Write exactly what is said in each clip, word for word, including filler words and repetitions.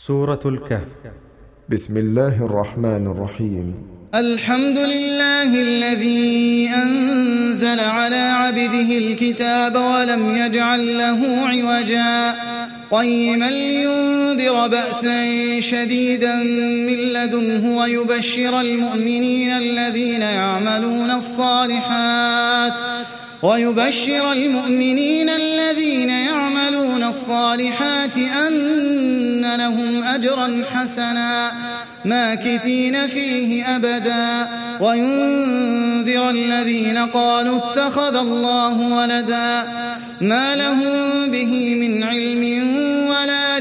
سورة الكهف. بسم الله الرحمن الرحيم. الحمد لله الذي أنزل على عبده الكتاب ولم يجعل له عوجا قيما لينذر بأسا شديدا من لدنه ويبشر المؤمنين الذين يعملون الصالحات ويبشر المؤمنين الذين يعملون الصالحات أن لهم أجرا حسنا ماكثين فيه أبدا وينذر الذين قالوا اتخذ الله ولدا ما لهم به من علم ولا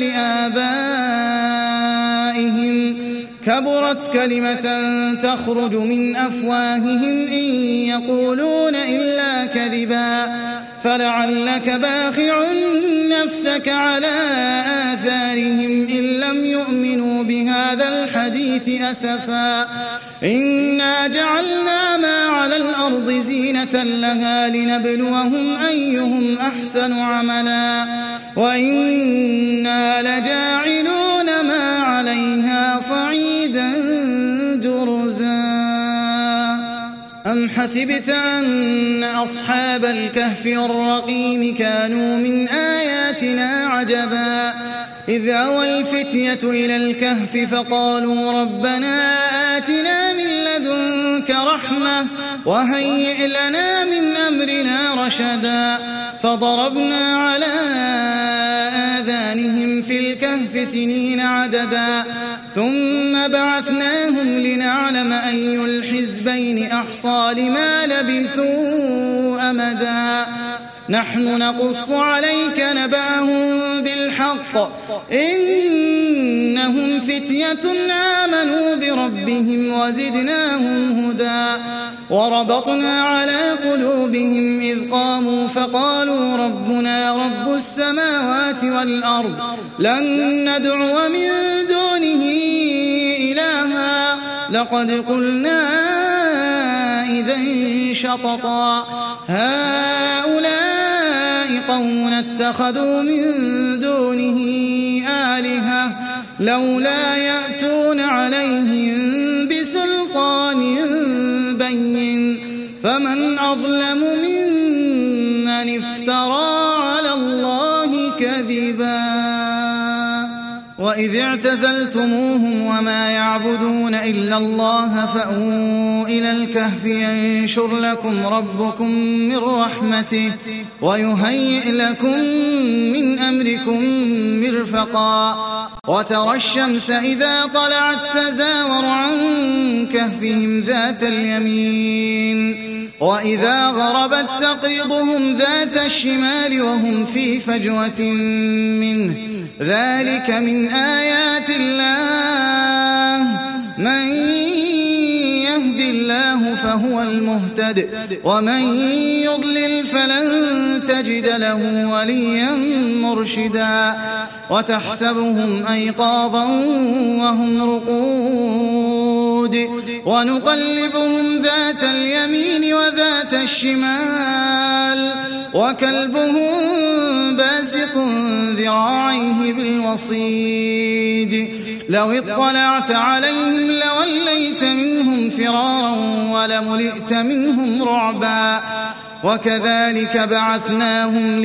لآبائهم كبرت كلمة تخرج من أفواههم إن يقولون إلا كذبا فلعلك باخع نفسك على آثارهم إن لم يؤمنوا بهذا الحديث أسفا إنا جعلنا ما على الأرض زينة لها لنبلوهم أيهم أحسن عملا وإنا لجاعلون ما عليها صعيدا جرزا أم حسبت أن أصحاب الكهف والرقيم كانوا من آياتنا عجبا إذ أوى الفتية إلى الكهف فقالوا ربنا آتنا من لدنك رحمة وهيئ لنا من أمرنا رشدا فضربنا على آذانهم في الكهف سنين عددا ثم بعثناهم لنعلم أي الحزبين أحصى لما لبثوا أمدا نحن نقص عليك نبأهم بالحق إنهم فتية آمنوا بربهم وزدناهم هدى وربطنا على قلوبهم إذ قاموا فقالوا ربنا رب السماوات والأرض لن ندعو من دونه إلها لقد قلنا إذا شططا هؤلاء قوم اتخذوا من دونه آلهة لولا يأتون عليهم بسلطان بين فمن أظلم ممن افترى على الله كذبا وإذ اعتزلتموهم وما يعبدون إلا الله فأووا إلى الكهف ينشر لكم ربكم من رحمته ويهيئ لكم من أمركم مرفقا وترى الشمس إذا طلعت تزاور عن كهفهم ذات اليمين وإذا غربت تقرضهم ذات الشمال وهم في فجوة منه ذلك من آيات الله من يهد الله فهو المهتد ومن يضلل فلن تجد له وليا مرشدا وتحسبهم أيقاظا وهم رقود ونقلبهم ذات اليمين وذات الشمال وكلبهم باسط ذراعيه بالوصيد لو اطلعت عليهم لوليت منهم فرارا ولملئت منهم رعبا وكذلك بعثناهم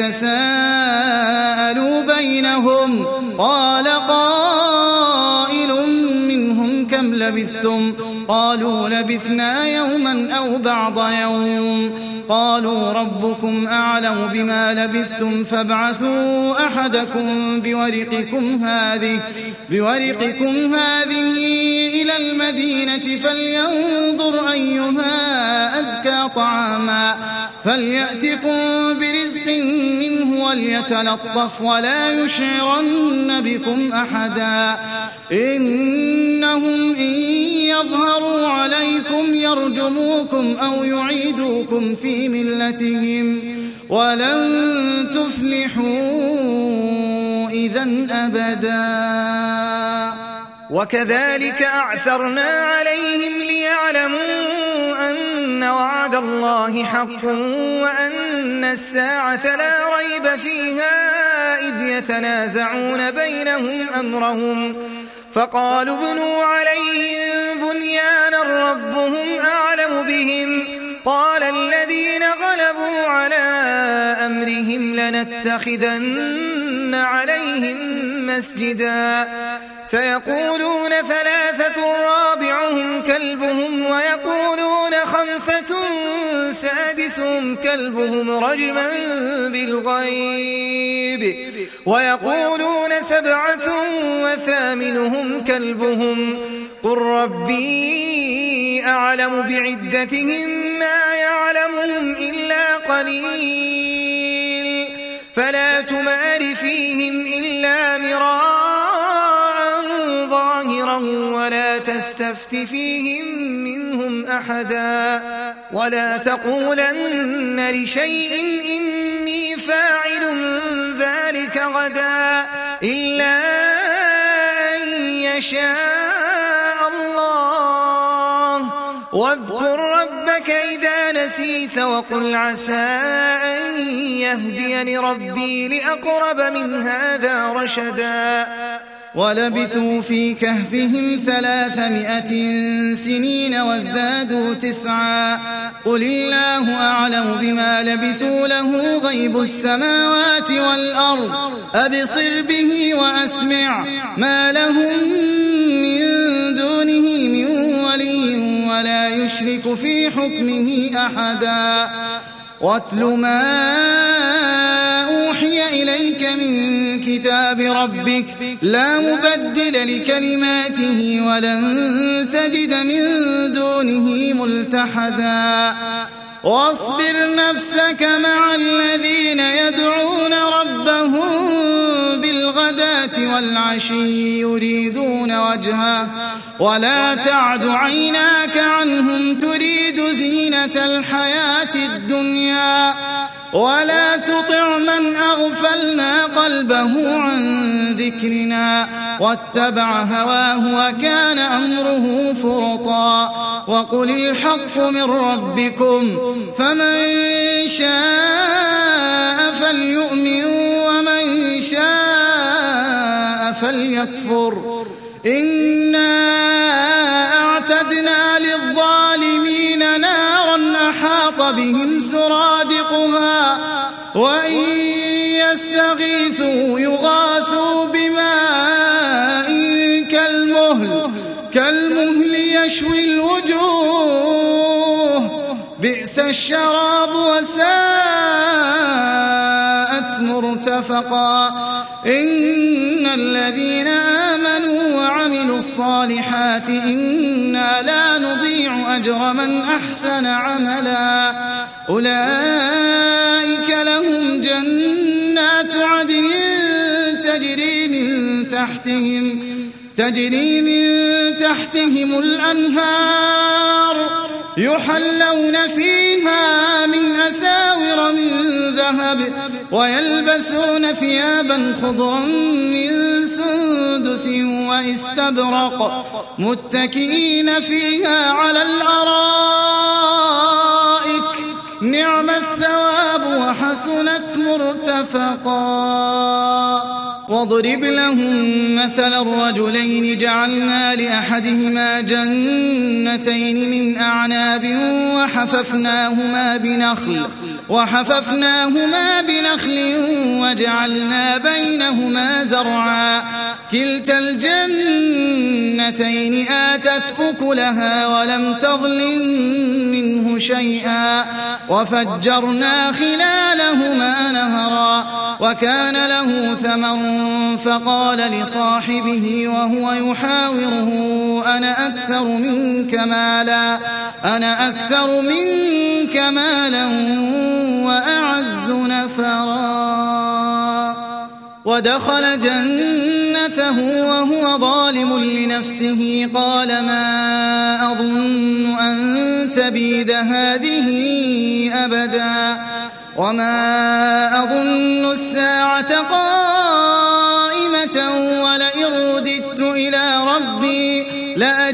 ليتساءلوا بينهم قال قائل منهم كم لبثتم قالوا لبثنا يوما أو بعض يوم قالوا ربكم أعلم بما لبثتم فابعثوا أحدكم بورقكم هذه بورقكم هذه إلى المدينة فلينظر أيها أزكى طعاما فليأتكم برزق منه وليتلطف ولا يشعرن بكم أحدا إنهم إن يظهروا عليكم يرجموكم أو يعيدوكم في ملتهم ولن تفلحوا إذن أبدا وكذلك أعثرنا عليهم ليعلموا أن وعد الله حق وأن الساعة لا ريب فيها إذ يتنازعون بينهم أمرهم فقالوا ابنوا عليهم بنيانا ربهم أعلم بهم قال الذين غلبوا على أمرهم لنتخذن عليهم مسجدا سيقولون ثلاثة رابعهم كلبهم ويقولون خمسة سادسهم كلبهم رجما بالغيب ويقولون سبعة وثامنهم كلبهم قل ربي أعلم بعدتهم ما يعلمهم إلا قليل فلا تمار فيهم إلا مراء ظاهرا ولا تستفت فيهم منهم أحدا ولا تقولن لشيء إني فاعل ذلك غدا إلا أن يشاء الله واذكر ربك إذا نسيت وقل عسى أن يهديني ربي لأقرب من هذا رشدا ولبثوا في كهفهم ثلاثمائة سنين وازدادوا تسعا قل الله أعلم بما لبثوا له غيب السماوات والأرض أبصر به وأسمع ما لهم من دونه من ولي ولا يشرك في حكمه أحدا واتل ما أوحي إليك من كتاب ربك لا مبدل لكلماته ولن تجد من دونه ملتحدا واصبر نفسك مع الذين يدعون ربهم بالغداة والعشي يريدون وجهه ولا تعد عيناك عنهم تريد زينة الحياة الدنيا ولا تطع من أغفلنا قلبه عن ذكرنا واتبع هواه وكان أمره فرطا وقل الحق من ربكم فمن شاء فليؤمن ومن شاء فليكفر إنا أعتدنا للظالمين نارا أحاط بهم سرادقها وإن يستغيثوا يغاثوا بماء كالمهل كالمهل يشوي الوجوه بئس الشراب وساءت مرتفقا إن الذين آمنوا وعملوا الصالحات إنا لا نضيع أجر من أحسن عملا أولئك لهم جنات عدن تجري من تحتهم تجري من تحتهم الأنهار يحلون فيها من أساور من ذهب ويلبسون ثيابا خضرا من سندس واستبرق متكئين فيها على الأرائك نعم الثواب وحسنت مرتفقا واضرب لهم مثل الرجلين جعلنا لأحدهما جنتين من أعناب وحففناهما بنخل وحففناهما بنخل وجعلنا بينهما زرعا كلتا الجنتين آتت أكلها ولم تظلم منه شيئا وفجرنا خلالهما نهرا وكان له ثمر فقال لصاحبه وهو يحاوره أنا أكثر منك مالا أنا أكثر منك مالا وأعز نفرا ودخل جنته وهو ظالم لنفسه قال ما أظن أن تبيد هذه أبدا وما أظن الساعة قائمة ولئن رددت إلى ربي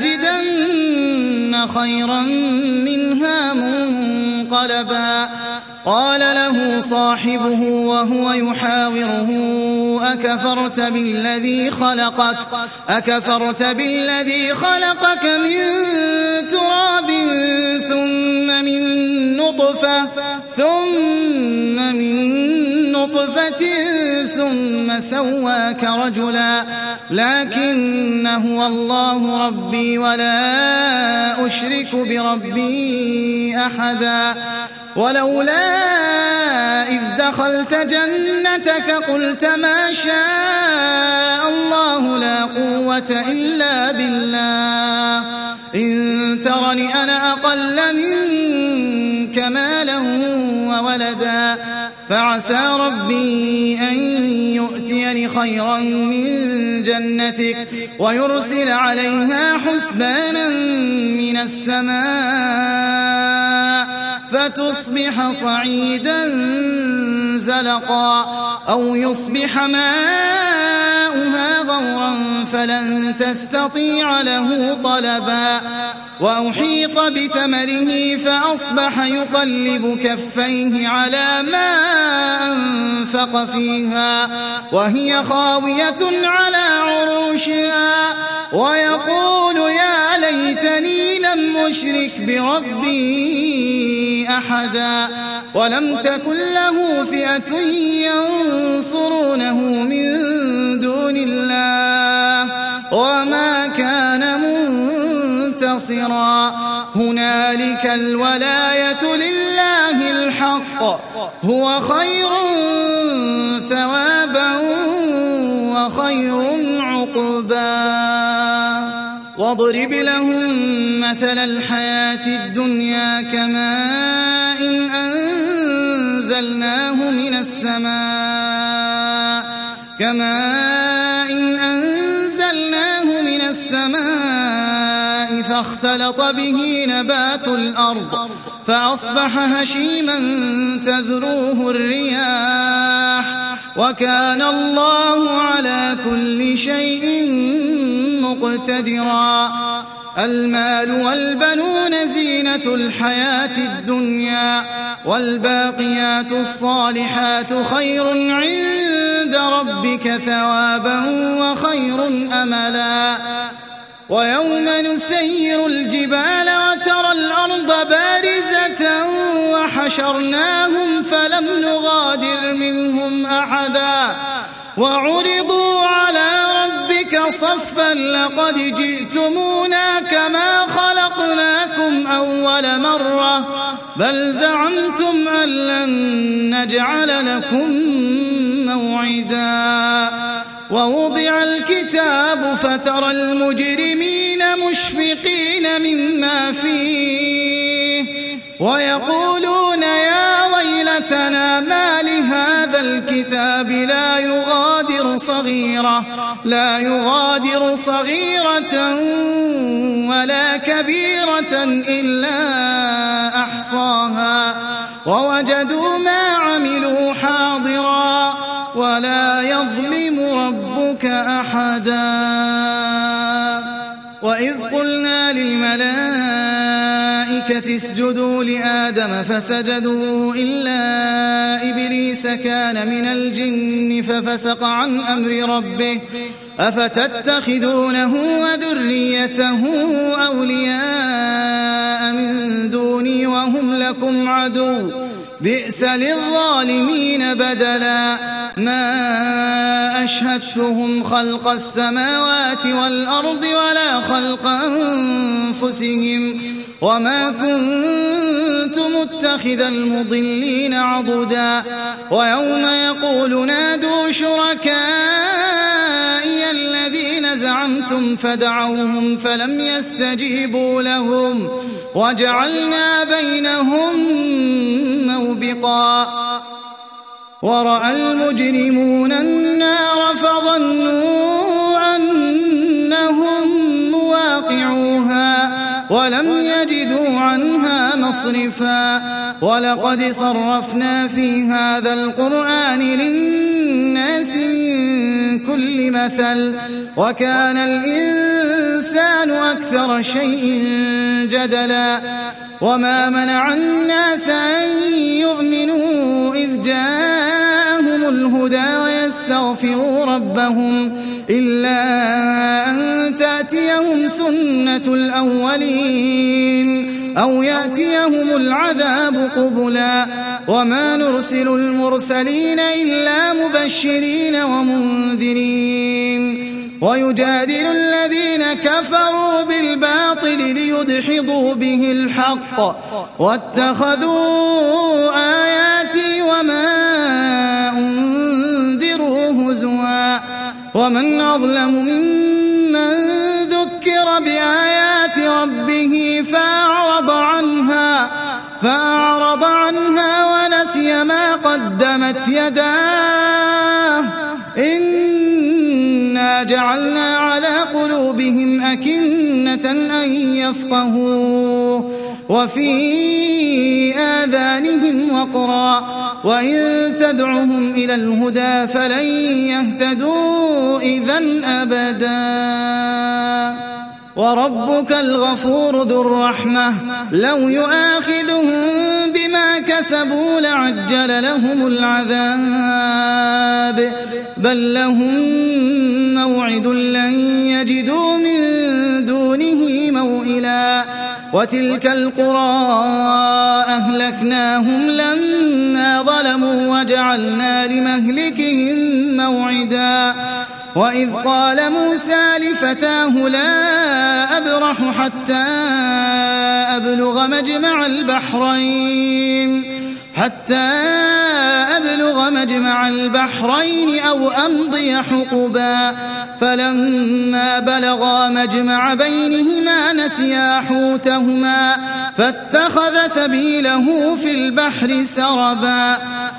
لأجدن خيرا منها منقلبا قال له صاحبه وهو يحاوره أكفرت بالذي خلقك أكفرت بالذي خلقك من تراب ثم من نطفة ثم من نطفة ثم سواك رجلا لكن هو الله ربي ولا أشرك بربي أحدا ولولا إذ دخلت جنتك قلت ما شاء الله لا قوة إلا بالله إن ترني أنا أقل منك مالا وولدا فعسى ربي أن يؤتيني خيرا من جنتك ويرسل عليها حسبانا من السماء فتصبح صعيدا زلقا أو يصبح ماؤها غورا فلن تستطيع له طلبا وأحيط بثمره فأصبح يقلب كفيه على ما أنفق فيها وهي خاوية على عروشها ويقول يا ليتني لم أشرك بربي أحدا ولم تكن له فئة ينصرونه من دون الله وما كان منتصرا هنالك الولاية لله الحق هو خير ثوابا وخير عقبا واضرب لهم مثل الحياة الدنيا كماء إن أنزلناه من السماء كماء إن أنزلناه من السماء فاختلط به نبات الأرض فأصبح هشيما تذروه الرياح وكان الله على كل شيء مقتدرا المال والبنون زينة الحياة الدنيا والباقيات الصالحات خير عند ربك ثوابا وخير أملا ويوم نسير الجبال وترى الأرض بارزة وحشرناهم فلم نغادر منهم أحدا وعرضوا على ربك صفا لقد جئتمونا كما خلقناكم أول مرة بل زعمتم أن لن نجعل لكم موعدا ووضع الكتاب فترى المجرمين مشفقين مما فيه ويقولون يا ويلتنا ما لهذا الكتاب لا يغادر صغيرة لا يغادر صغيرة ولا كبيرة إلا أحصاها ووجدوا ما عملوا حاضرا ولا يظلم ربك أحدا وإذ قلنا للملائكة اسجدوا لآدم فسجدوا إلا إبليس كان من الجن ففسق عن أمر ربه أفتتخذونه وذريته أولياء من دوني وهم لكم عدو بئس للظالمين بدلا ما أشهدتهم خلق السماوات والأرض ولا خلق أنفسهم وما كنت متخذ المضلين عضدا ويوم يقول نادوا شركائي الذين زعمتم فدعوهم فلم يستجيبوا لهم وجعلنا بينهم موبقا ورأى المجرمون النار فظنوا أنهم مواقعوها ولم يجدوا عنها مصرفا ولقد صرفنا في هذا القرآن للناس من كل مثل وكان الإنسان أكثر شيء جدلا وما منع الناس أن يؤمنوا إذ جاءهم الهدى ويستغفروا ربهم إلا أن تأتيهم سنة الأولين أو يأتيهم العذاب قبلا وما نرسل المرسلين إلا مبشرين ومنذرين ويجادل الذين كفروا بالباطل ليدحضوا به الحق واتخذوا آياتي وما أنذروا هزوا ومن أظلم ممن ذكر بآيات ربه فأعرض عنها فأعرض عنها ونسي ما قدمت يداه إنا جعلنا على قلوبهم أكنة أن يفقهوا وفي آذانهم وقرا وإن تدعهم إلى الهدى فلن يهتدوا إذن أبدا وربك الغفور ذو الرحمة لو يؤاخذهم بما كسبوا لعجل لهم العذاب بل لهم موعد لن يجدوا من دونه موئلا وتلك القرى أهلكناهم لما ظلموا وجعلنا لمهلكهم موعدا وإذ قال موسى لفتاه لا أبرح حتى أبلغ مجمع البحرين حتى أبلغ مجمع البحرين أو أمضي حقبا فلما بلغا مجمع بينهما نسيا حوتهما فاتخذ سبيله في البحر سربا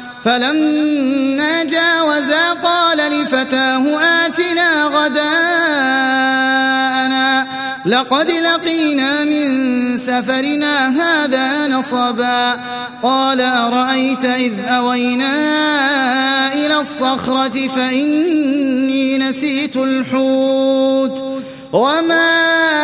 فلما جاوزا قال لفتاه آتنا غداءنا لقد لقينا من سفرنا هذا نصبا قال أرأيت إذ أوينا إلى الصخرة فإني نسيت الحوت وما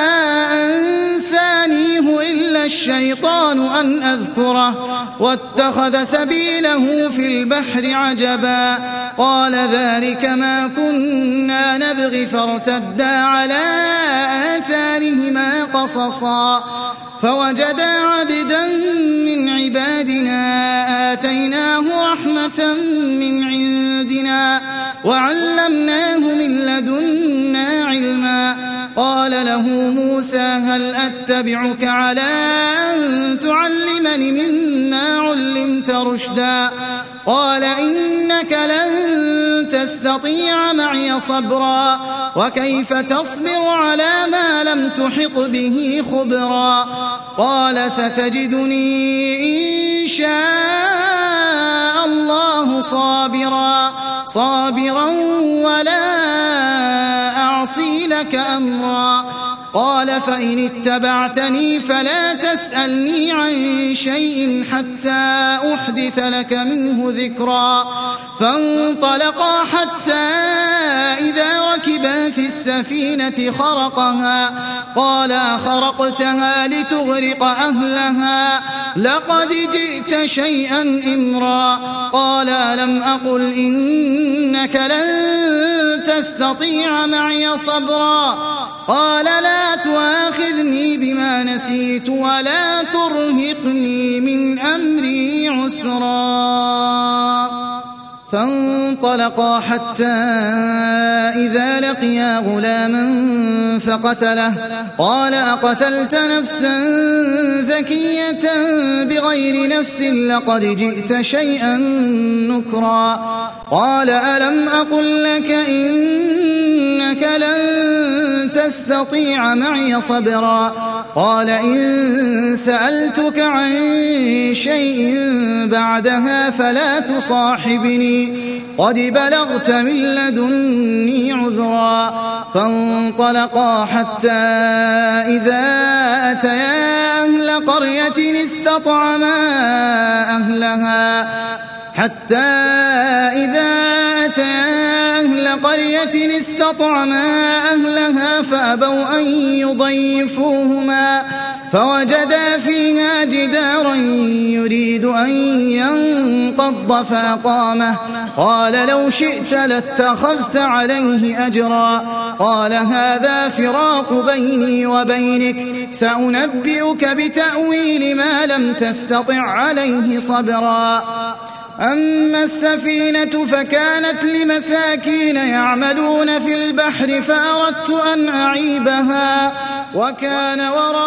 أنسانيه إلا الشيطان أن أذكره واتخذ سبيله في البحر عجبا قال ذلك ما كنا نبغي فارتدا على آثارهما قصصا فوجدا عبدا من عبادنا آتيناه رحمة من عندنا وعلمناه من لدنا علما قال له موسى هل أتبعك على أن تعلمني مما علمت رشدا قال إنك لن تستطيع معي صبرا وكيف تصبر على ما لم تحط به خبرا قال ستجدني إن شاء الله صابرا صابرا ولا أعصي لك أمرا قال فإن اتبعتني فلا تسألني عن شيء حتى أحدث لك منه ذكرا فانطلقا حتى إذا ركبا في السفينة خرقها قال أخرقتها لتغرق أهلها لقد جئت شيئا إمرا قال ألم أقل إنك لن تستطيع معي صبرا قال لا تؤاخذني بما نسيت ولا ترهقني من أمري عسرا فانطلقا حتى إذا لقيا غلاما فقتله قال أقتلت نفسا زكية بغير نفس لقد جئت شيئا نكرا قال ألم أقل لك إنك لن تستطيع معي صبرا قال إن سألتك عن شيء بعدها فلا تصاحبني قد بلغت من لدني عذرا فانطلقا حتى إذا أتيا أهل قرية استطعما أهلها حتى إذا أتيا أهل قرية استطعما أهلها فأبوا أن يضيفوهما فوجدا فيها جدارا يريد أن ينقض فأقامه قال لو شئت لاتخذت عليه أجرا قال هذا فراق بيني وبينك سأنبئك بتأويل ما لم تستطع عليه صبرا أما السفينة فكانت لمساكين يعملون في البحر فأردت أن أعيبها وكان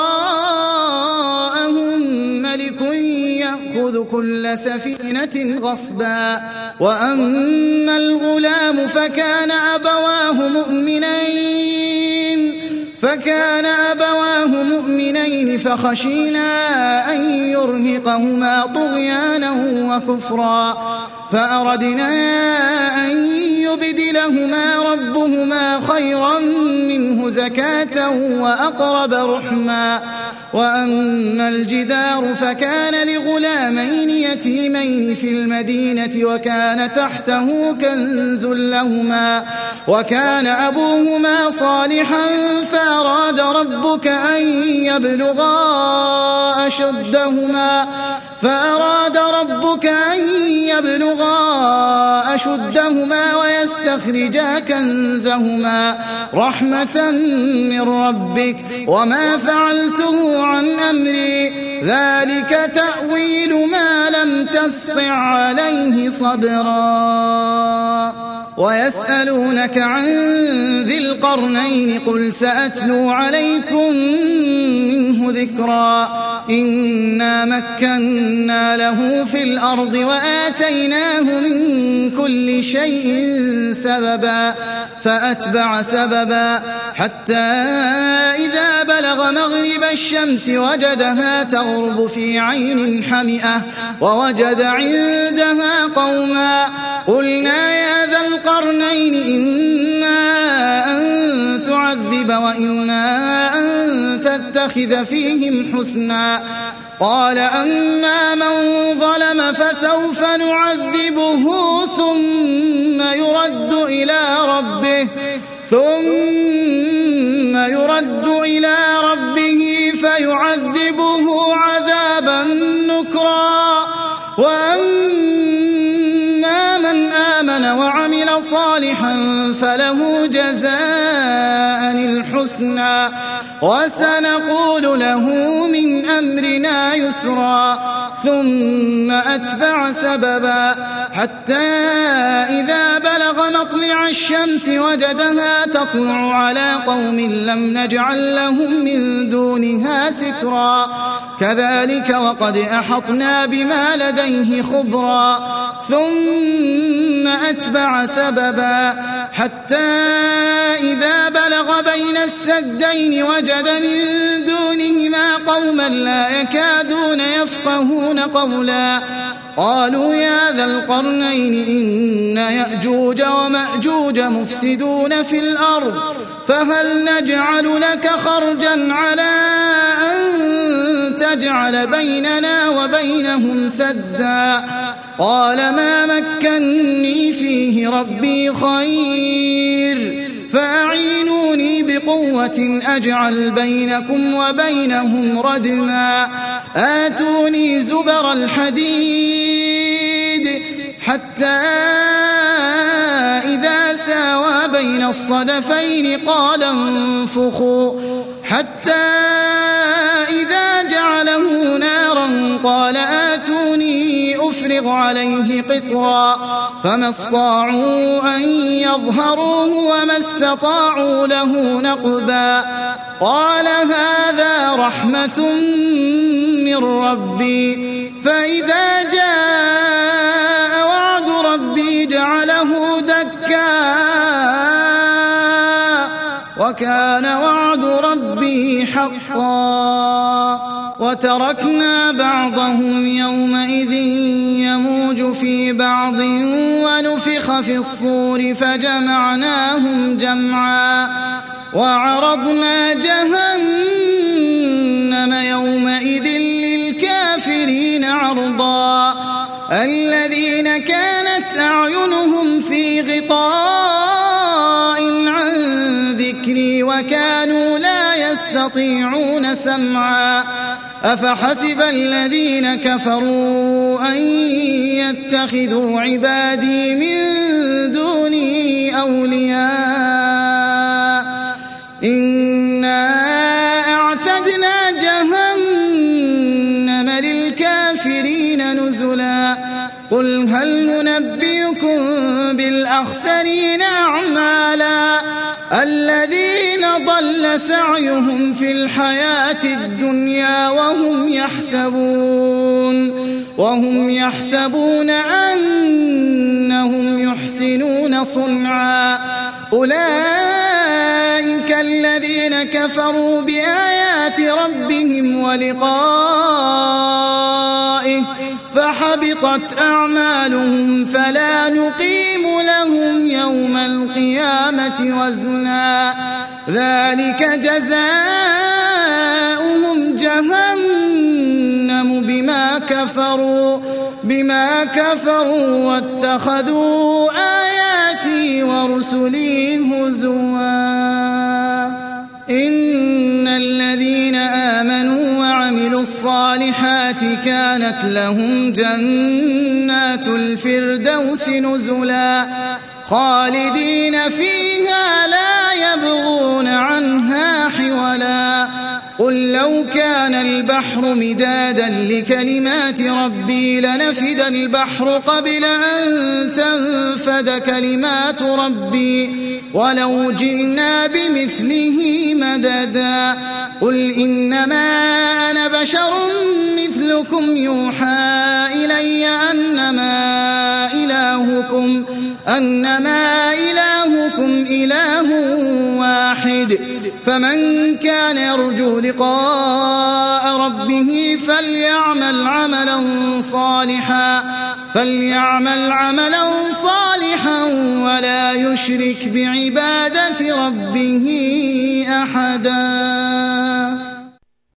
وراءهم ملك يأخذ كل سفينة غصبا وأما الغلام فكان أبواه مؤمنين فكان أبواه مؤمنين فخشينا أن يرهقهما طغيانا وكفرا فأردنا أن يبدلهما ربهما خيرا منه زكاة وأقرب رحما وأما الجدار فكان لغلامين يتيمين في المدينة وكان تحته كنز لهما وكان أبوهما صالحا فأراد ربك أن يبلغا أشدهما فأراد ربك أن يبلغا أشدهما ويستخرجا كنزهما رحمة من ربك وما فعلته عن أمري ذلك تأويل ما لم تستطع عليه صبرا ويسألونك عن ذي القرنين قل سأتلو عليكم منه ذكرا إنا مكنا له في الأرض وآتيناه من كل شيء سببا فأتبع سببا حتى إذا بلغ مغرب الشمس وجدها تغرب في عين حمئة ووجد عندها قوما قلنا يا ذا القرنين إما أن تعذب وإما أن تتخذ فيهم حسنا قال أما من ظلم فسوف نعذبه ثم يرد إلى ربه ثم يرد إلى ربه فيعذبه عذابا نكرا وأما من آمن وعمل صالحا فله جزاء الحسنى وسنقول له من أمرنا يسرا ثم أتبع سببا حتى إذا بلغ مطلع الشمس وجدها تطلع على قوم لم نجعل لهم من دونها سترا كذلك وقد أحطنا بما لديه خبرا ثم أتبع سببا حتى إذا بلغ بين السدين وجد من دونهما قوما لا يكادون يفقهون قولا قالوا يا ذا القرنين إن يأجوج ومأجوج مفسدون في الأرض فهل نجعل لك خرجا على أن تجعل بيننا وبينهم سدا قال ما مكني فيه ربي خير فأعينوني بقوة أجعل بينكم وبينهم ردما آتوني زبر الحديد حتى إذا ساوى بين الصدفين قال انفخوا حتى إذا جعله نارا قال آتوني أفرغ عليه قطرا فما استطاعوا أن يظهروه وما استطاعوا له نقبا قال هذا رحمة من ربي فإذا جاء وعد ربي جعله دكا وكان وعد ربي حقا وتركنا بعضهم يومئذ يموج في بعض ونفخ في الصور فجمعناهم جمعا وعرضنا جهنم يومئذ للكافرين عرضا الذين كانت أعينهم في غطاء عن ذكري وكانوا لا يستطيعون سمعا أفحسب الذين كفروا أن يتخذوا عبادي من دوني أولياء إنا أعتدنا جهنم للكافرين نزلا قل هل ننبئكم بالأخسرين أعمالا الذين ضل سعيهم في الحياة الدنيا وهم يحسبون وهم يحسبون أنهم يحسنون صنعا أولئك الذين كفروا بآيات ربهم ولقائه فحبطت أعمالهم فلا نقيم لهم يوم القيامة وزنا ذلك جزاؤهم جهنم بما كفروا بما كفروا واتخذوا آياتي ورسلي هزوا إن الذين آمنوا وعملوا الصالحات كانت لهم جنات الفردوس نزلا خالدين فيها لا يبغون عنها حولا قل لو كان البحر مدادا لكلمات ربي لنفد البحر قبل أن تنفد كلمات ربي ولو جئنا بمثله مددا قل إنما أنا بشر مثلكم يوحى إلي أنما إلهكم أنما إلهكم إله واحد فمن كان يرجو لقاء ربه فليعمل عملا صالحا فليعمل عملا صالحا ولا يشرك بعبادة ربه أحدا.